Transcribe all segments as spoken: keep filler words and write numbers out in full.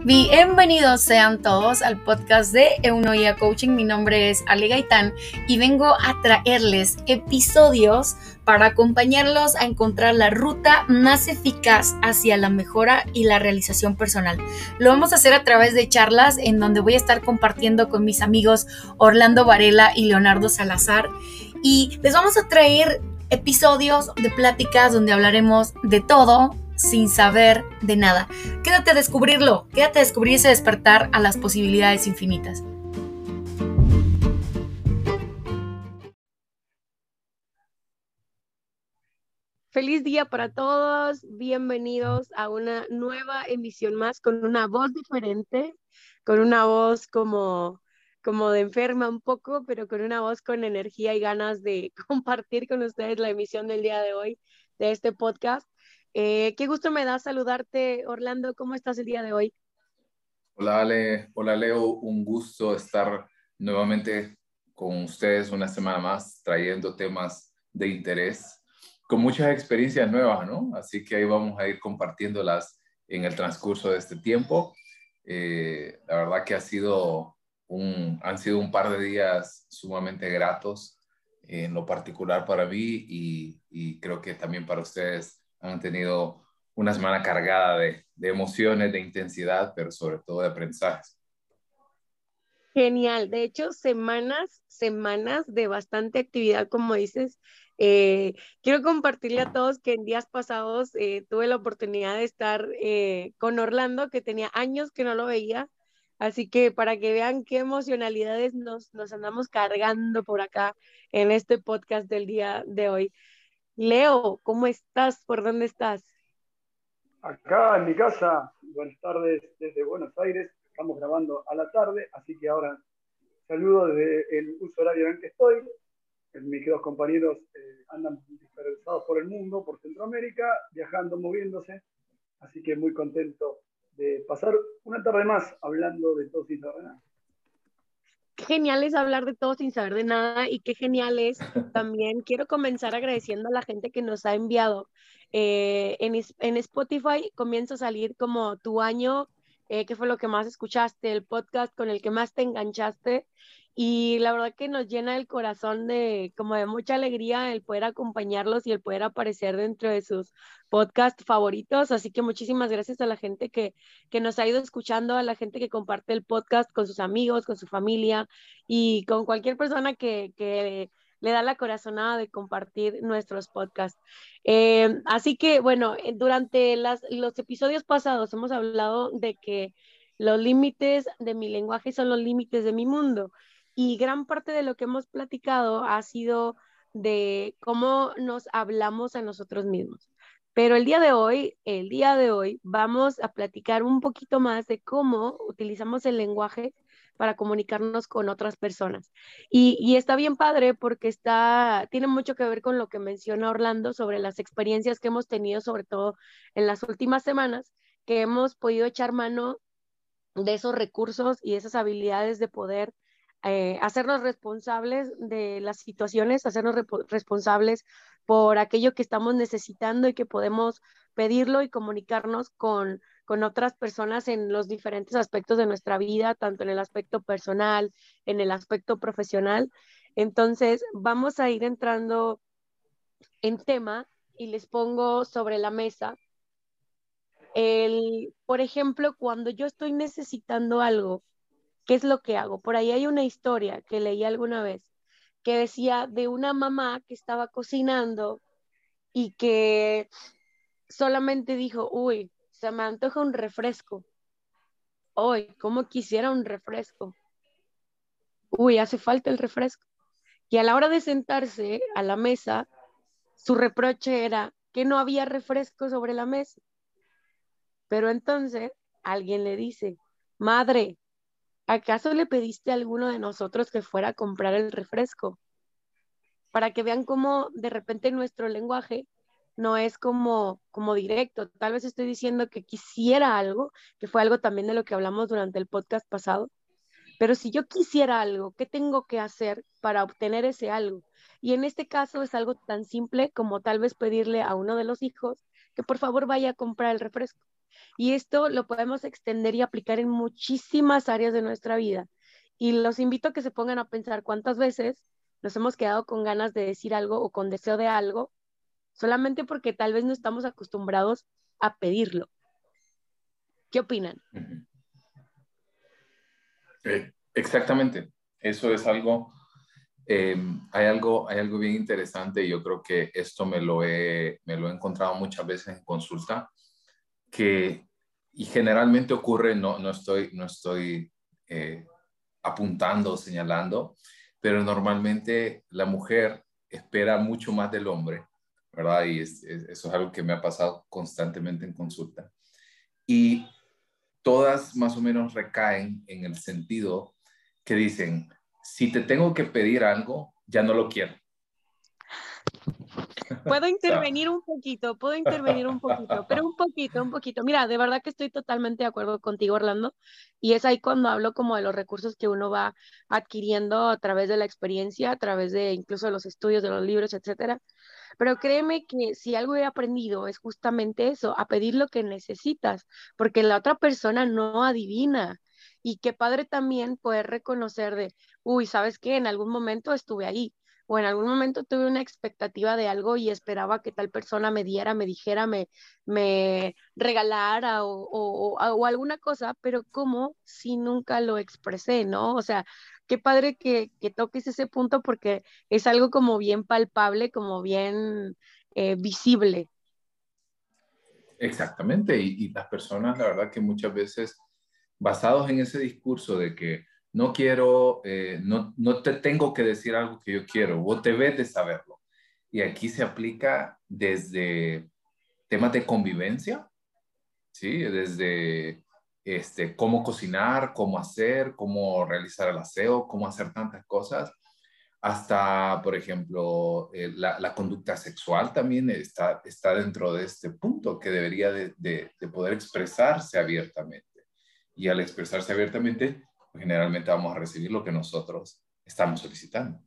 Bienvenidos sean todos al podcast de Eunoia Coaching. Mi nombre es Ale Gaitán y vengo a traerles episodios para acompañarlos a encontrar la ruta más eficaz hacia la mejora y la realización personal. Lo vamos a hacer a través de charlas en donde voy a estar compartiendo con mis amigos Orlando Varela y Leonardo Salazar, y les vamos a traer episodios de pláticas donde hablaremos de todo sin saber de nada. Quédate a descubrirlo, quédate a descubrir ese despertar a las posibilidades infinitas. Feliz día para todos, bienvenidos a una nueva emisión más con una voz diferente, con una voz como, como de enferma un poco, pero con una voz con energía y ganas de compartir con ustedes la emisión del día de hoy de este podcast. Eh, qué gusto me da saludarte, Orlando. ¿Cómo estás el día de hoy? Hola Ale, hola Leo, un gusto estar nuevamente con ustedes una semana más trayendo temas de interés con muchas experiencias nuevas, ¿no? Así que ahí vamos a ir compartiéndolas en el transcurso de este tiempo. Eh, la verdad que ha sido un, han sido un par de días sumamente gratos, en lo particular para mí y, y creo que también para ustedes han tenido una semana cargada de, de emociones, de intensidad, pero sobre todo de aprendizajes. Genial, de hecho, semanas, semanas de bastante actividad, como dices. Eh, quiero compartirle a todos que en días pasados eh, tuve la oportunidad de estar eh, con Orlando, que tenía años que no lo veía, así que para que vean qué emocionalidades nos, nos andamos cargando por acá en este podcast del día de hoy. Leo, ¿cómo estás? ¿Por dónde estás? Acá en mi casa, buenas tardes desde Buenos Aires, estamos grabando a la tarde, así que ahora saludo desde el uso horario en el que estoy. Mis dos compañeros eh, andan dispersados por el mundo, por Centroamérica, viajando, moviéndose, así que muy contento de pasar una tarde más hablando de todo sin saber nada. Qué genial es hablar de todo sin saber de nada, y qué genial es también, quiero comenzar agradeciendo a la gente que nos ha enviado. Eh, en, en Spotify comienza a salir como tu año, eh, qué fue lo que más escuchaste, el podcast con el que más te enganchaste, y la verdad que nos llena el corazón de como de mucha alegría el poder acompañarlos y el poder aparecer dentro de sus podcasts favoritos. Así que muchísimas gracias a la gente que, que nos ha ido escuchando, a la gente que comparte el podcast con sus amigos, con su familia y con cualquier persona que, que le da la corazonada de compartir nuestros podcasts. Eh, así que, bueno, durante las, los episodios pasados hemos hablado de que los límites de mi lenguaje son los límites de mi mundo, y gran parte de lo que hemos platicado ha sido de cómo nos hablamos a nosotros mismos. Pero el día de hoy, el día de hoy vamos a platicar un poquito más de cómo utilizamos el lenguaje para comunicarnos con otras personas. Y, y está bien padre porque está, tiene mucho que ver con lo que menciona Orlando sobre las experiencias que hemos tenido, sobre todo en las últimas semanas, que hemos podido echar mano de esos recursos y esas habilidades de poder eh, hacernos responsables de las situaciones, hacernos responsables por aquello que estamos necesitando y que podemos pedirlo y comunicarnos con, con otras personas en los diferentes aspectos de nuestra vida, tanto en el aspecto personal, en el aspecto profesional. Entonces, vamos a ir entrando en tema y les pongo sobre la mesa el, por ejemplo, cuando yo estoy necesitando algo, ¿qué es lo que hago? Por ahí hay una historia que leí alguna vez que decía de una mamá que estaba cocinando y que solamente dijo, uy, se me antoja un refresco. Uy, ¿cómo quisiera un refresco? Uy, hace falta el refresco. Y a la hora de sentarse a la mesa, su reproche era que no había refresco sobre la mesa. Pero entonces alguien le dice, madre, ¿acaso le pediste a alguno de nosotros que fuera a comprar el refresco? Para que vean cómo de repente nuestro lenguaje no es como, como directo. Tal vez estoy diciendo que quisiera algo, que fue algo también de lo que hablamos durante el podcast pasado, pero si yo quisiera algo, ¿qué tengo que hacer para obtener ese algo? Y en este caso es algo tan simple como tal vez pedirle a uno de los hijos que por favor vaya a comprar el refresco. Y esto lo podemos extender y aplicar en muchísimas áreas de nuestra vida. Y los invito a que se pongan a pensar cuántas veces nos hemos quedado con ganas de decir algo o con deseo de algo, solamente porque tal vez no estamos acostumbrados a pedirlo. ¿Qué opinan? Uh-huh. Eh, exactamente. Eso es algo, eh, hay algo, hay algo bien interesante y yo creo que esto me lo he, me lo he encontrado muchas veces en consulta, que, y generalmente ocurre, no, no estoy, no estoy eh, apuntando o señalando, pero normalmente la mujer espera mucho más del hombre, ¿verdad? Y es, es, eso es algo que me ha pasado constantemente en consulta. Y todas más o menos recaen en el sentido que dicen, si te tengo que pedir algo, ya no lo quiero. Puedo intervenir un poquito, puedo intervenir un poquito, pero un poquito, un poquito. Mira, de verdad que estoy totalmente de acuerdo contigo, Orlando, y es ahí cuando hablo como de los recursos que uno va adquiriendo a través de la experiencia, a través de incluso los estudios, de los libros, etcétera. Pero créeme que si algo he aprendido es justamente eso, a pedir lo que necesitas, porque la otra persona no adivina. Y qué padre también poder reconocer de, uy, ¿sabes qué? En algún momento estuve ahí, o en algún momento tuve una expectativa de algo y esperaba que tal persona me diera, me dijera, me, me regalara o, o, o, o alguna cosa, pero ¿cómo si nunca lo expresé, no? O sea, qué padre que, que toques ese punto porque es algo como bien palpable, como bien eh, visible. Exactamente, y, y las personas, la verdad que muchas veces, basados en ese discurso de que no quiero, eh, no, no te tengo que decir algo que yo quiero, vos debes de saberlo. Y aquí se aplica desde temas de convivencia, ¿sí? Desde este, cómo cocinar, cómo hacer, cómo realizar el aseo, cómo hacer tantas cosas, hasta, por ejemplo, eh, la, la conducta sexual también está, está dentro de este punto que debería de, de, de poder expresarse abiertamente. Y al expresarse abiertamente, pues generalmente vamos a recibir lo que nosotros estamos solicitando.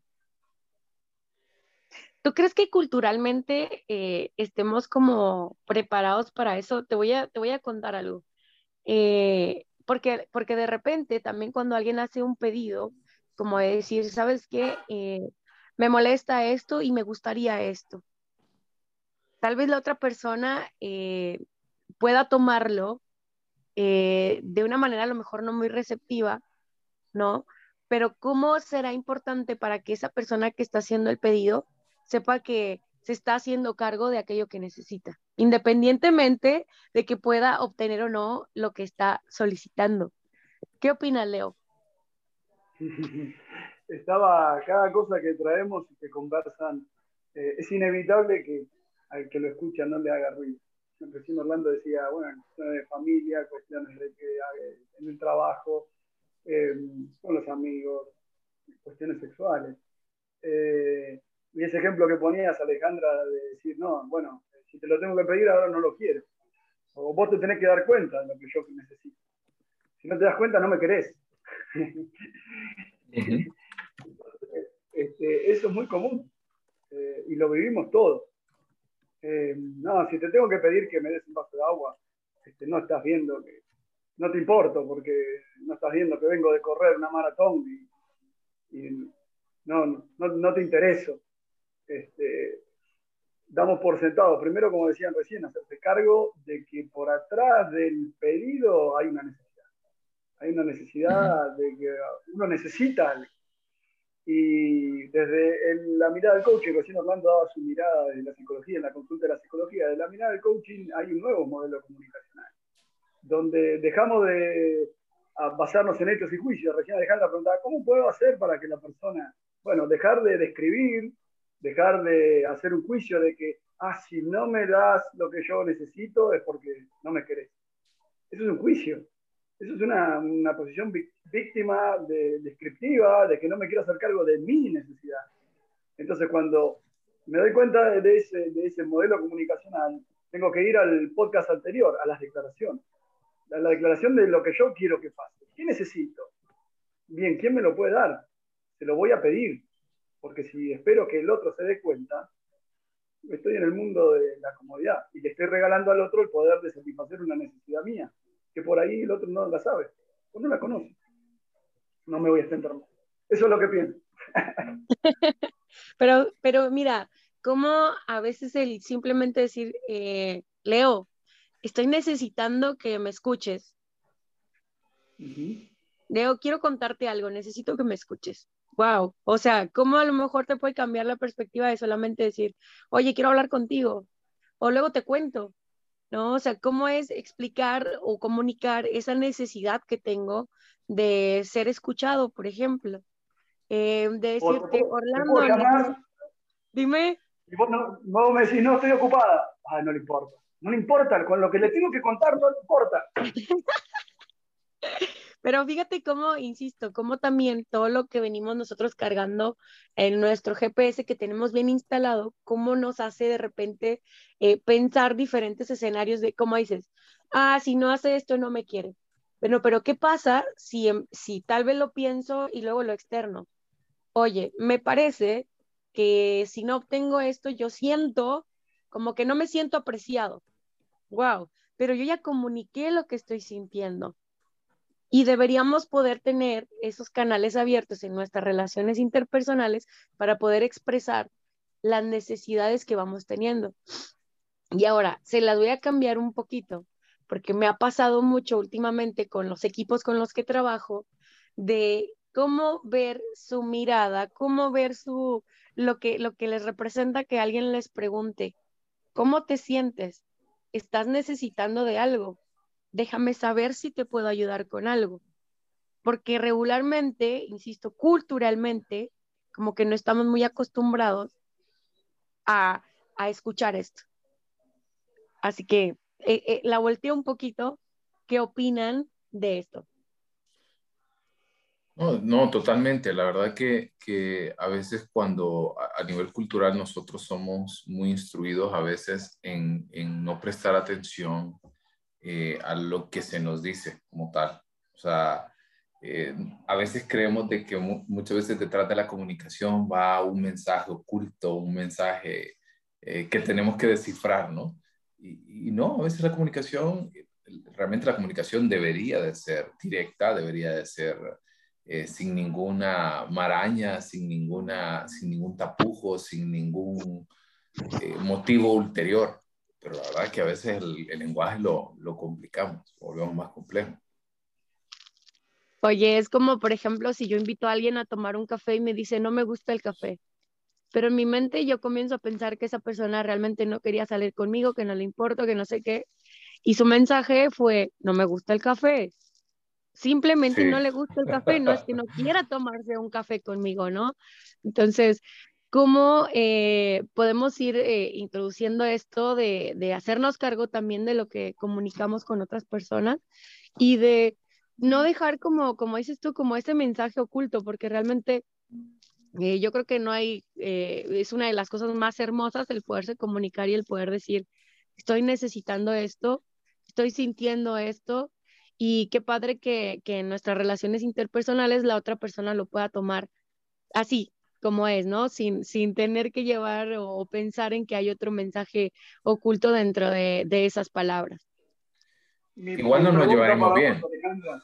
¿Tú crees que culturalmente eh, estemos como preparados para eso? Te voy a, te voy a contar algo. Eh, porque, porque de repente también cuando alguien hace un pedido, como de decir, ¿sabes qué? Eh, me molesta esto y me gustaría esto. Tal vez la otra persona eh, pueda tomarlo eh, de una manera a lo mejor no muy receptiva, ¿no? Pero ¿cómo será importante para que esa persona que está haciendo el pedido sepa que se está haciendo cargo de aquello que necesita, independientemente de que pueda obtener o no lo que está solicitando? ¿Qué opina Leo? Estaba, cada cosa que traemos y que conversan, eh, es inevitable que al que lo escucha no le haga ruido. Recién Orlando decía, bueno, cuestiones de familia, cuestiones de que eh, en el trabajo, eh, con los amigos, cuestiones sexuales. Eh, y ese ejemplo que ponías, Alejandra, de decir, no, bueno, si te lo tengo que pedir, ahora no lo quiero. O vos te tenés que dar cuenta de lo que yo necesito. Si no te das cuenta, no me querés. Uh-huh. Este, eso es muy común eh, y lo vivimos todos. Eh, no, si te tengo que pedir que me des un vaso de agua, este, no estás viendo que no te importo porque no estás viendo que vengo de correr una maratón y, y no, no, no te intereso. Este, damos por sentado, primero, como decían recién, hacerse cargo de que por atrás del pedido hay una necesidad. Hay una necesidad de que uno necesita algo. Y desde el, la mirada del coaching, recién Orlando daba su mirada de la psicología, en la consulta de la psicología, de la mirada del coaching hay un nuevo modelo comunicacional, donde dejamos de basarnos en hechos y juicios. Recién Alejandra preguntaba, ¿cómo puedo hacer para que la persona, bueno, dejar de describir, dejar de hacer un juicio de que, ah, si no me das lo que yo necesito es porque no me querés? Eso es un juicio. Eso es una, una posición víctima, de, descriptiva, de que no me quiero hacer cargo de mi necesidad. Entonces, cuando me doy cuenta de ese, de ese modelo comunicacional, tengo que ir al podcast anterior, a las declaraciones. A la declaración de lo que yo quiero que pase. ¿Qué necesito? Bien, ¿quién me lo puede dar? Se lo voy a pedir. Porque si espero que el otro se dé cuenta, estoy en el mundo de la comodidad y le estoy regalando al otro el poder de satisfacer una necesidad mía, que por ahí el otro no la sabe, o no la conoce. No me voy a extender más. Eso es lo que pienso. Pero, pero mira, cómo a veces el simplemente decir, eh, Leo, estoy necesitando que me escuches. Uh-huh. Leo, quiero contarte algo, necesito que me escuches. Wow, o sea, cómo a lo mejor te puede cambiar la perspectiva de solamente decir, oye, quiero hablar contigo, o luego te cuento, ¿no? O sea, cómo es explicar o comunicar esa necesidad que tengo de ser escuchado, por ejemplo. Eh, de O te decirte, puedo, te puedo Orlando, llamar dime. y vos, no, vos me decís, no, estoy ocupada. Ah, no le importa. No le importa, con lo que le tengo que contar no le importa. Pero fíjate cómo, insisto, cómo también todo lo que venimos nosotros cargando en nuestro G P S que tenemos bien instalado, cómo nos hace de repente eh, pensar diferentes escenarios de, como dices, ah, si no hace esto no me quiere. Bueno, pero ¿qué pasa si, em- si tal vez lo pienso y luego lo externo? Oye, me parece que si no obtengo esto, yo siento como que no me siento apreciado. Wow, pero yo ya comuniqué lo que estoy sintiendo. Y deberíamos poder tener esos canales abiertos en nuestras relaciones interpersonales para poder expresar las necesidades que vamos teniendo. Y ahora, se las voy a cambiar un poquito, porque me ha pasado mucho últimamente con los equipos con los que trabajo, de cómo ver su mirada, cómo ver su, lo que, lo que les representa que alguien les pregunte, ¿cómo te sientes? ¿Estás necesitando de algo? Déjame saber si te puedo ayudar con algo, porque regularmente, insisto, culturalmente, como que no estamos muy acostumbrados a, a escuchar esto. Así que eh, eh, la volteo un poquito. ¿Qué opinan de esto? No, no, totalmente. La verdad que, que a veces cuando a, a nivel cultural nosotros somos muy instruidos a veces en, en no prestar atención eh, a lo que se nos dice como tal. O sea, eh, a veces creemos de que mu muchas veces detrás de la comunicación va un mensaje oculto, un mensaje eh, que tenemos que descifrar, ¿no? Y, y no, a veces la comunicación, realmente la comunicación debería de ser directa, debería de ser eh, sin ninguna maraña, sin, ninguna, sin ningún tapujo, sin ningún eh, motivo ulterior. Pero la verdad es que a veces el, el lenguaje lo, lo complicamos, lo volvemos más complejo. Oye, es como, por ejemplo, si yo invito a alguien a tomar un café y me dice, no me gusta el café, pero en mi mente yo comienzo a pensar que esa persona realmente no quería salir conmigo, que no le importa, que no sé qué, y su mensaje fue, no me gusta el café. Simplemente Sí. no le gusta el café, no es que no quiera tomarse un café conmigo, ¿no? Entonces, ¿cómo eh, podemos ir eh, introduciendo esto de, de hacernos cargo también de lo que comunicamos con otras personas y de no dejar como, como dices tú, como ese mensaje oculto, porque realmente eh, yo creo que no hay, eh, es una de las cosas más hermosas el poderse comunicar y el poder decir, estoy necesitando esto, estoy sintiendo esto, y qué padre que, que en nuestras relaciones interpersonales la otra persona lo pueda tomar así como es, ¿no? Sin, sin tener que llevar o, o pensar en que hay otro mensaje oculto dentro de, de esas palabras. Mi, Igual mi no nos pregunta llevaremos para vos, bien. Alejandra.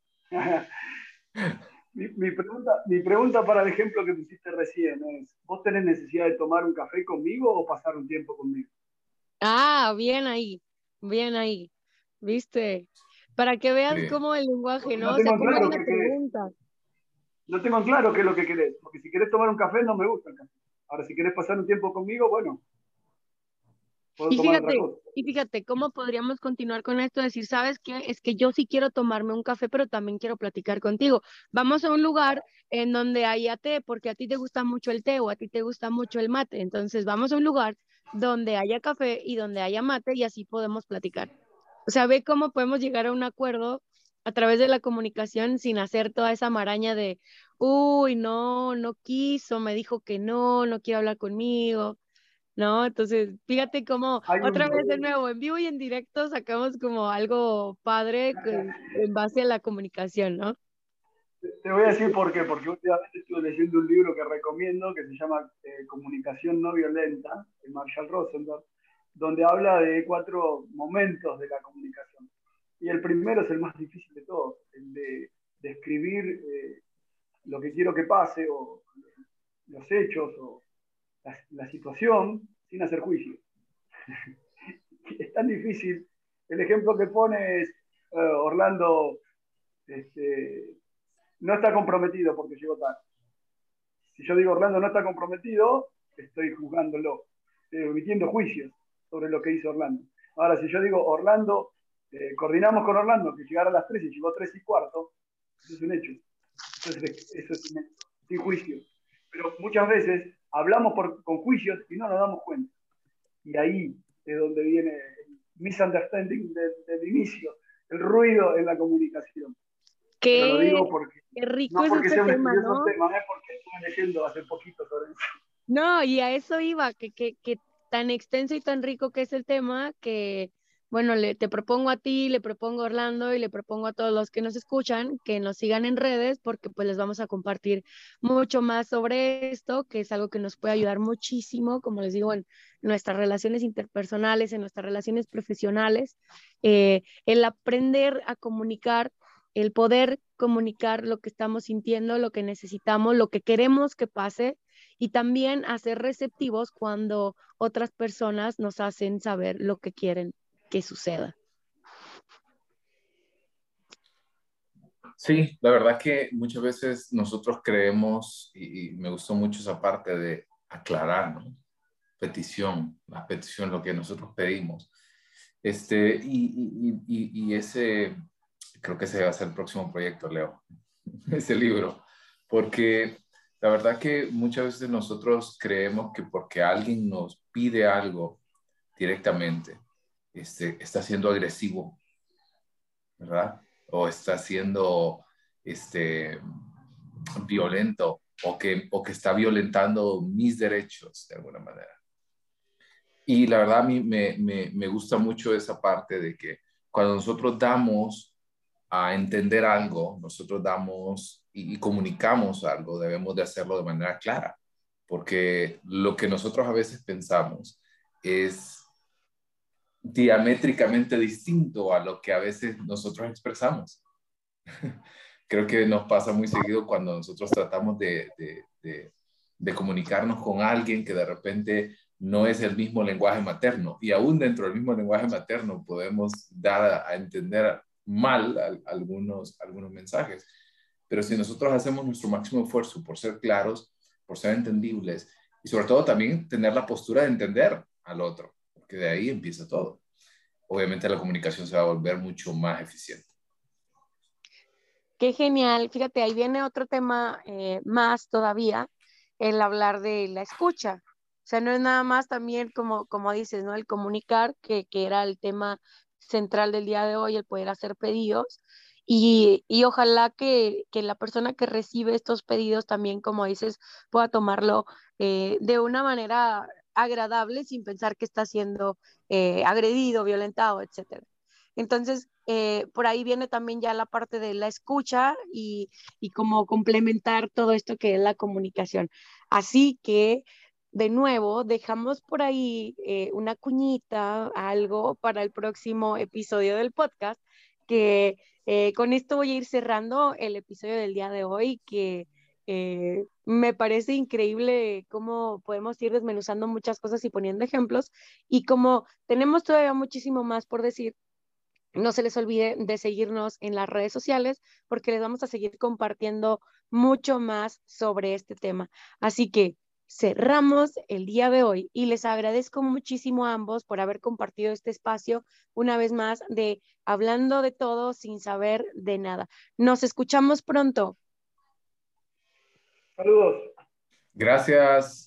mi, mi, pregunta, mi pregunta para el ejemplo que pusiste recién es, ¿vos tenés necesidad de tomar un café conmigo o pasar un tiempo conmigo? Ah, bien ahí, bien ahí, ¿viste? Para que veas Sí. cómo el lenguaje, Porque ¿no? no O sea, tengo en cómo es claro la qué querés. pregunta. No tengo en claro qué es lo que querés. Porque si querés tomar un café, no me gusta el café. Ahora, si querés pasar un tiempo conmigo, bueno, puedo Y tomar otra fíjate, cosa. y fíjate, ¿cómo podríamos continuar con esto? Decir, ¿sabes qué? Es que yo sí quiero tomarme un café, pero también quiero platicar contigo. Vamos a un lugar en donde haya té, porque a ti te gusta mucho el té o a ti te gusta mucho el mate. Entonces, vamos a un lugar donde haya café y donde haya mate y así podemos platicar. O sea, ve cómo podemos llegar a un acuerdo a través de la comunicación sin hacer toda esa maraña de, uy, no, no quiso, me dijo que no, no quiere hablar conmigo. ¿No? Entonces, fíjate cómo Hay otra un, vez de nuevo, en vivo y en directo sacamos como algo padre que- en base a la comunicación, ¿no? Te voy a decir por qué, porque últimamente estuve leyendo un libro que recomiendo que se llama eh, Comunicación no violenta, de Marshall Rosenberg, donde habla de cuatro momentos de la comunicación. Y el primero es el más difícil de todos, el de describir eh, lo que quiero que pase, o los hechos, o la, la situación, sin hacer juicio. Es tan difícil. El ejemplo que pone es uh, Orlando este, no está comprometido porque llegó tarde. Si yo digo Orlando no está comprometido, estoy juzgándolo, estoy emitiendo juicios sobre lo que hizo Orlando. Ahora, si yo digo Orlando, eh, coordinamos con Orlando que llegara a las tres y llegó tres y cuarto, eso es un hecho. Entonces, eso es un hecho, sin juicio. Pero muchas veces hablamos por, con juicios y no nos damos cuenta. Y ahí es donde viene el misunderstanding del, del inicio, el ruido en la comunicación. Qué, Pero lo digo porque, qué rico no porque es sea este un tema, estudioso ¿no? del tema, es porque estuve leyendo hace poquito sobre eso. No, y a eso iba, que, que, que tan extenso y tan rico que es el tema que, bueno, le, te propongo a ti, le propongo a Orlando y le propongo a todos los que nos escuchan que nos sigan en redes porque pues les vamos a compartir mucho más sobre esto, que es algo que nos puede ayudar muchísimo, como les digo, en nuestras relaciones interpersonales, en nuestras relaciones profesionales, eh, el aprender a comunicar, el poder comunicar lo que estamos sintiendo, lo que necesitamos, lo que queremos que pase, y también a ser receptivos cuando otras personas nos hacen saber lo que quieren que suceda. Sí, la verdad que muchas veces nosotros creemos, y, y me gustó mucho esa parte de aclarar, ¿no? Petición, la petición, lo que nosotros pedimos. Este, y, y, y, y ese, creo que ese va a ser el próximo proyecto, Leo, ese libro, porque la verdad que muchas veces nosotros creemos que porque alguien nos pide algo directamente, este, está siendo agresivo, ¿verdad? O está siendo este, violento, o que, o que está violentando mis derechos de alguna manera. Y la verdad a mí me, me, me gusta mucho esa parte de que cuando nosotros damos a entender algo, nosotros damos y, y comunicamos algo, debemos de hacerlo de manera clara, porque lo que nosotros a veces pensamos es diamétricamente distinto a lo que a veces nosotros expresamos. Creo que nos pasa muy seguido cuando nosotros tratamos de, de, de, de comunicarnos con alguien que de repente no es el mismo lenguaje materno, y aún dentro del mismo lenguaje materno podemos dar a, a entender mal a, a algunos, algunos mensajes. Pero si nosotros hacemos nuestro máximo esfuerzo por ser claros, por ser entendibles, y sobre todo también tener la postura de entender al otro, porque de ahí empieza todo. Obviamente la comunicación se va a volver mucho más eficiente. Qué genial. Fíjate, ahí viene otro tema eh, más todavía, el hablar de la escucha. O sea, no es nada más también como, como dices, ¿no? El comunicar, que, que era el tema central del día de hoy, el poder hacer pedidos. Y, y ojalá que, que la persona que recibe estos pedidos también, como dices, pueda tomarlo eh, de una manera agradable sin pensar que está siendo eh, agredido, violentado, etcétera. Entonces, eh, por ahí viene también ya la parte de la escucha y, y cómo complementar todo esto que es la comunicación. Así que, de nuevo, dejamos por ahí eh, una cuñita, algo para el próximo episodio del podcast, que eh, con esto voy a ir cerrando el episodio del día de hoy, que eh, me parece increíble cómo podemos ir desmenuzando muchas cosas y poniendo ejemplos, y como tenemos todavía muchísimo más por decir, no se les olvide de seguirnos en las redes sociales porque les vamos a seguir compartiendo mucho más sobre este tema. Así que cerramos el día de hoy y les agradezco muchísimo a ambos por haber compartido este espacio una vez más de hablando de todo sin saber de nada. Nos escuchamos pronto. Saludos. Gracias.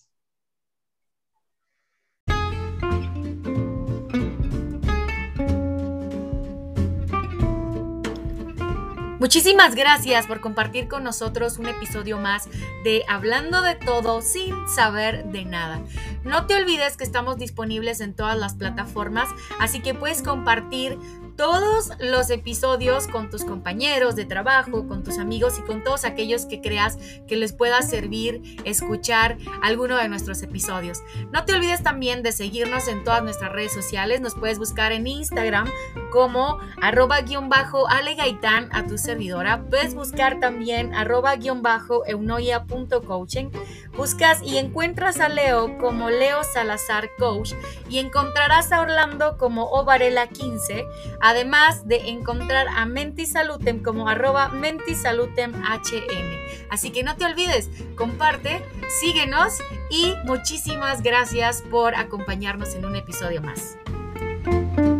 Muchísimas gracias por compartir con nosotros un episodio más de Hablando de Todo sin saber de nada. No te olvides que estamos disponibles en todas las plataformas, así que puedes compartir todos los episodios con tus compañeros de trabajo, con tus amigos y con todos aquellos que creas que les pueda servir escuchar alguno de nuestros episodios. No te olvides también de seguirnos en todas nuestras redes sociales. Nos puedes buscar en Instagram como arroba guión bajo Ale Gaitán a tu servidora. Puedes buscar también arroba guión bajo eunoia punto coaching. Buscas y encuentras a Leo como Leo Salazar Coach y encontrarás a Orlando como O Varela quince, además de encontrar a Mentisalutem como arroba Mentisalutem H N. Así que no te olvides, comparte, síguenos y muchísimas gracias por acompañarnos en un episodio más.